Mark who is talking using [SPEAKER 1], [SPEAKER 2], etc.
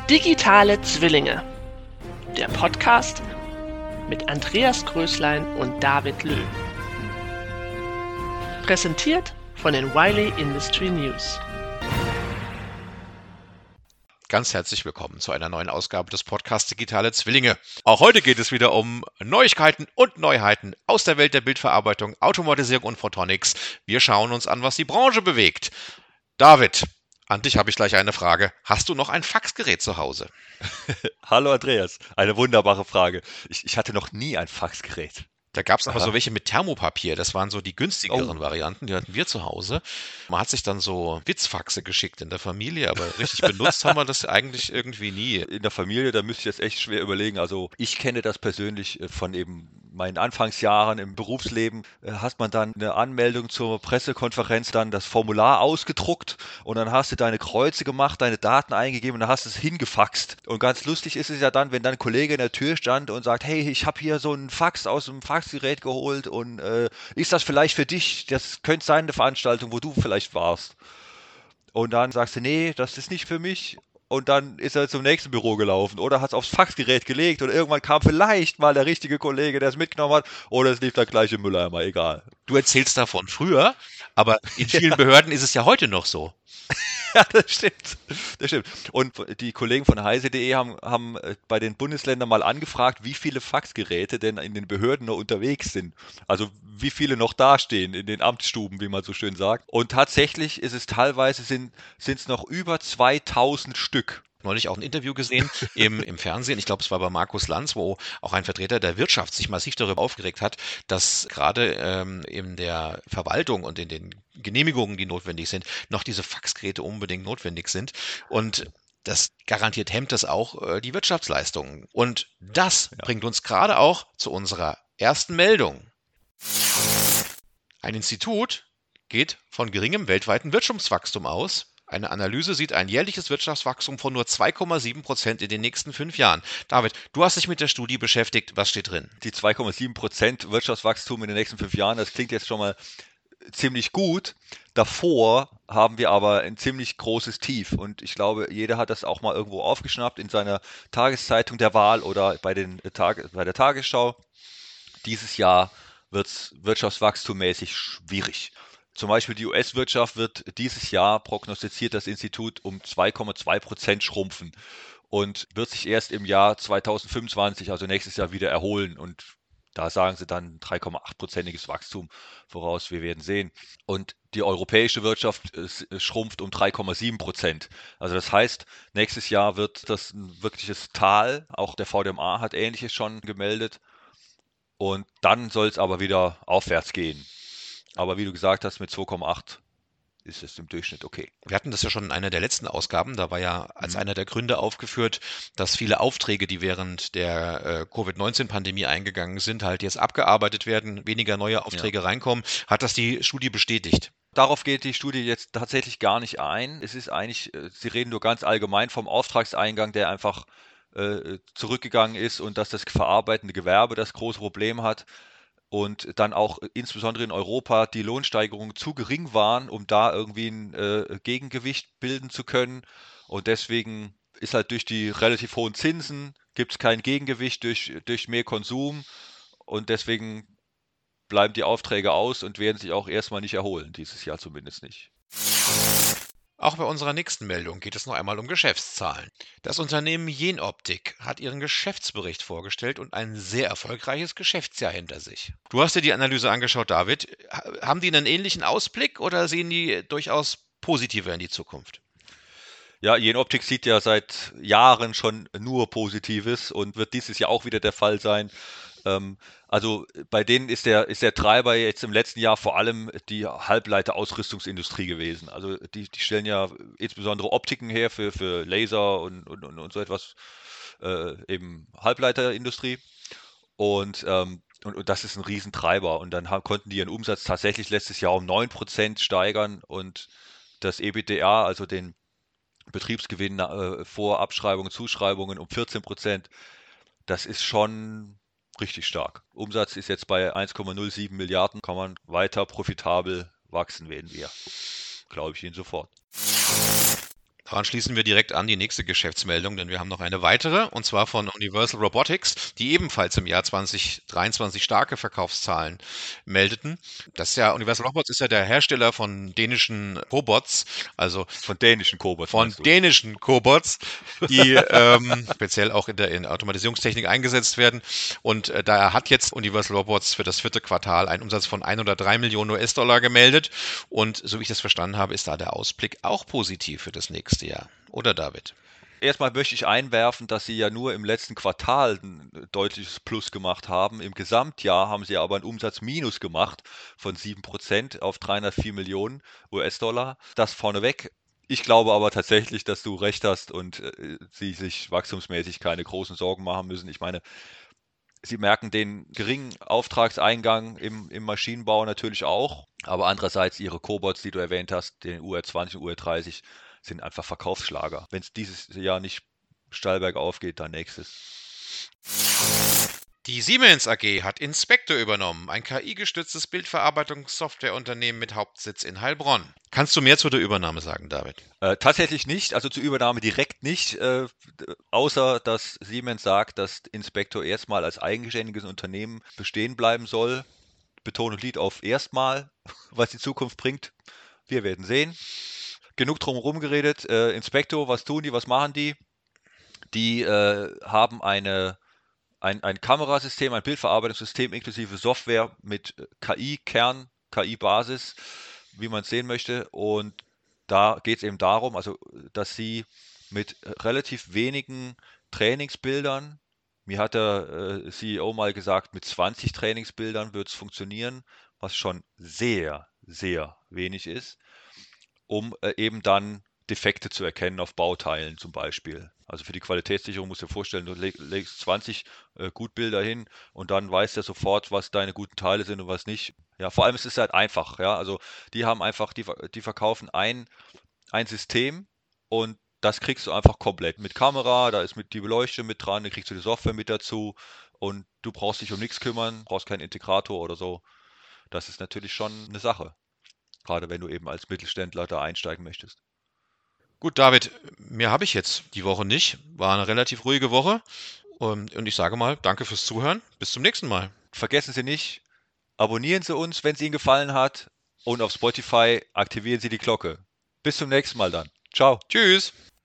[SPEAKER 1] Digitale Zwillinge. Der Podcast mit Andreas Größlein und David Löw. Präsentiert von den Wiley Industry News.
[SPEAKER 2] Ganz herzlich willkommen zu einer neuen Ausgabe des Podcasts Digitale Zwillinge. Auch heute geht es wieder um Neuigkeiten und Neuheiten aus der Welt der Bildverarbeitung, Automatisierung und Photonics. Wir schauen uns an, was die Branche bewegt. David, an dich habe ich gleich eine Frage. Hast du noch ein Faxgerät zu Hause?
[SPEAKER 3] Hallo Andreas, eine wunderbare Frage. Ich hatte noch nie ein Faxgerät.
[SPEAKER 2] Da gab es aber
[SPEAKER 3] Aha.
[SPEAKER 2] so welche mit Thermopapier, das waren so die günstigeren
[SPEAKER 3] Oh.
[SPEAKER 2] Varianten, die hatten wir zu Hause. Man hat sich dann so Witzfaxe geschickt in der Familie, aber richtig benutzt haben wir das eigentlich irgendwie nie.
[SPEAKER 3] In der Familie, da müsste ich jetzt echt schwer überlegen. Also ich kenne das persönlich von eben meinen Anfangsjahren im Berufsleben. Hast man dann eine Anmeldung zur Pressekonferenz, dann das Formular ausgedruckt und dann hast du deine Kreuze gemacht, deine Daten eingegeben und dann hast du es hingefaxt. Und ganz lustig ist es ja dann, wenn dann ein Kollege in der Tür stand und sagt, hey, ich habe hier so einen Fax aus dem Faxgerät geholt und ist das vielleicht für dich? Das könnte sein, eine Veranstaltung, wo du vielleicht warst. Und dann sagst du, nee, das ist nicht für mich. Und dann ist er zum nächsten Büro gelaufen oder hat es aufs Faxgerät gelegt und irgendwann kam vielleicht mal der richtige Kollege, der es mitgenommen hat, oder es lief der gleiche Mülleimer, egal.
[SPEAKER 2] Du erzählst davon früher, aber in vielen Behörden ist es ja heute noch so.
[SPEAKER 3] Ja, das stimmt. Das stimmt. Und die Kollegen von heise.de haben bei den Bundesländern mal angefragt, wie viele Faxgeräte denn in den Behörden noch unterwegs sind. Also wie viele noch dastehen in den Amtsstuben, wie man so schön sagt. Und tatsächlich ist es teilweise sind es noch über 2000 Stück.
[SPEAKER 2] Neulich auch ein Interview gesehen im Fernsehen, ich glaube, es war bei Markus Lanz, wo auch ein Vertreter der Wirtschaft sich massiv darüber aufgeregt hat, dass gerade in der Verwaltung und in den Genehmigungen, die notwendig sind, noch diese Faxgeräte unbedingt notwendig sind. Und das garantiert hemmt das auch die Wirtschaftsleistungen. Und das bringt uns gerade auch zu unserer ersten Meldung. Ein Institut geht von geringem weltweiten Wirtschaftswachstum aus. Eine Analyse sieht ein jährliches Wirtschaftswachstum von nur 2,7% in den nächsten 5 Jahren. David, du hast dich mit der Studie beschäftigt. Was steht drin?
[SPEAKER 3] Die 2,7% Wirtschaftswachstum in den nächsten 5 Jahren, das klingt jetzt schon mal ziemlich gut. Davor haben wir aber ein ziemlich großes Tief und ich glaube, jeder hat das auch mal irgendwo aufgeschnappt in seiner Tageszeitung der Wahl oder bei der Tagesschau. Dieses Jahr wird es wirtschaftswachstummäßig schwierig. Zum Beispiel die US-Wirtschaft wird dieses Jahr, prognostiziert das Institut, um 2,2% schrumpfen und wird sich erst im Jahr 2025, also nächstes Jahr, wieder erholen. Und da sagen sie dann 3,8%iges Wachstum voraus. Wir werden sehen. Und die europäische Wirtschaft schrumpft um 3,7%. Also das heißt, nächstes Jahr wird das ein wirkliches Tal. Auch der VDMA hat Ähnliches schon gemeldet. Und dann soll es aber wieder aufwärts gehen. Aber wie du gesagt hast, mit 2,8 ist es im Durchschnitt okay.
[SPEAKER 2] Wir hatten das ja schon in einer der letzten Ausgaben. Da war ja als einer der Gründe aufgeführt, dass viele Aufträge, die während der Covid-19-Pandemie eingegangen sind, halt jetzt abgearbeitet werden, weniger neue Aufträge reinkommen. Hat das die Studie bestätigt?
[SPEAKER 3] Darauf geht die Studie jetzt tatsächlich gar nicht ein. Es ist eigentlich, sie reden nur ganz allgemein vom Auftragseingang, der einfach zurückgegangen ist und dass das verarbeitende Gewerbe das große Problem hat und dann auch insbesondere in Europa die Lohnsteigerungen zu gering waren, um da irgendwie ein Gegengewicht bilden zu können. Und deswegen ist halt durch die relativ hohen Zinsen gibt es kein Gegengewicht durch mehr Konsum und deswegen bleiben die Aufträge aus und werden sich auch erstmal nicht erholen, dieses Jahr zumindest nicht.
[SPEAKER 2] Auch bei unserer nächsten Meldung geht es noch einmal um Geschäftszahlen. Das Unternehmen Jenoptik hat ihren Geschäftsbericht vorgestellt und ein sehr erfolgreiches Geschäftsjahr hinter sich. Du hast dir die Analyse angeschaut, David. Haben die einen ähnlichen Ausblick oder sehen die durchaus positiver in die Zukunft?
[SPEAKER 3] Ja, Jenoptik sieht ja seit Jahren schon nur Positives und wird dieses Jahr auch wieder der Fall sein. Also bei denen ist der Treiber jetzt im letzten Jahr vor allem die Halbleiter-Ausrüstungsindustrie gewesen. Also die stellen ja insbesondere Optiken her für Laser und so etwas, eben Halbleiterindustrie. Und das ist ein Riesentreiber. Und dann konnten die ihren Umsatz tatsächlich letztes Jahr um 9% steigern und das EBITDA, also den Betriebsgewinn vor Abschreibungen, Zuschreibungen um 14%. Das ist schon richtig stark. Umsatz ist jetzt bei 1,07 Milliarden, kann man weiter profitabel wachsen, werden wir. Glaube ich Ihnen sofort.
[SPEAKER 2] Daran schließen wir direkt an die nächste Geschäftsmeldung, denn wir haben noch eine weitere, und zwar von Universal Robotics, die ebenfalls im Jahr 2023 starke Verkaufszahlen meldeten. Universal Robots ist ja der Hersteller von dänischen Cobots, also
[SPEAKER 3] Von dänischen Kobots
[SPEAKER 2] von
[SPEAKER 3] meinst du?
[SPEAKER 2] dänischen Cobots, die speziell auch in Automatisierungstechnik eingesetzt werden. Und da hat jetzt Universal Robots für das 4. Quartal einen Umsatz von 103 Millionen US-Dollar gemeldet. Und so wie ich das verstanden habe, ist da der Ausblick auch positiv für das nächste Jahr. Oder David?
[SPEAKER 3] Erstmal möchte ich einwerfen, dass sie ja nur im letzten Quartal ein deutliches Plus gemacht haben. Im Gesamtjahr haben sie aber einen Umsatzminus gemacht von 7% auf 304 Millionen US-Dollar. Das vorneweg. Ich glaube aber tatsächlich, dass du recht hast und sie sich wachstumsmäßig keine großen Sorgen machen müssen. Ich meine, sie merken den geringen Auftragseingang im Maschinenbau natürlich auch, aber andererseits ihre Cobots, die du erwähnt hast, den UR20 und UR30, sind einfach Verkaufsschlager. Wenn es dieses Jahr nicht steil bergauf geht, dann nächstes.
[SPEAKER 2] Die Siemens AG hat Inspector übernommen, ein KI-gestütztes Bildverarbeitungssoftwareunternehmen mit Hauptsitz in Heilbronn. Kannst du mehr zu der Übernahme sagen, David?
[SPEAKER 3] Tatsächlich nicht, also zur Übernahme direkt nicht, außer dass Siemens sagt, dass Inspector erstmal als eigenständiges Unternehmen bestehen bleiben soll. Betonung liegt auf erstmal, was die Zukunft bringt. Wir werden sehen. Genug drum herum geredet. Inspector, was tun die, was machen die? Die haben ein Kamerasystem, ein Bildverarbeitungssystem inklusive Software mit KI-Kern, KI-Basis, wie man es sehen möchte. Und da geht es eben darum, also dass sie mit relativ wenigen Trainingsbildern, mir hat der CEO mal gesagt, mit 20 Trainingsbildern wird es funktionieren, was schon sehr, sehr wenig ist, um eben dann Defekte zu erkennen auf Bauteilen zum Beispiel. Also für die Qualitätssicherung musst du dir vorstellen, du legst 20 Gutbilder hin und dann weiß er sofort, was deine guten Teile sind und was nicht. Ja, vor allem ist es halt einfach, ja. Also die haben einfach, die verkaufen ein System und das kriegst du einfach komplett mit Kamera, da ist mit die Beleuchtung mit dran, dann kriegst du die Software mit dazu und du brauchst dich um nichts kümmern, brauchst keinen Integrator oder so. Das ist natürlich schon eine Sache, gerade wenn du eben als Mittelständler da einsteigen möchtest.
[SPEAKER 2] Gut, David, mehr habe ich jetzt die Woche nicht. War eine relativ ruhige Woche. Und ich sage mal, danke fürs Zuhören. Bis zum nächsten Mal.
[SPEAKER 3] Vergessen Sie nicht, abonnieren Sie uns, wenn es Ihnen gefallen hat und auf Spotify aktivieren Sie die Glocke. Bis zum nächsten Mal dann. Ciao.
[SPEAKER 2] Tschüss.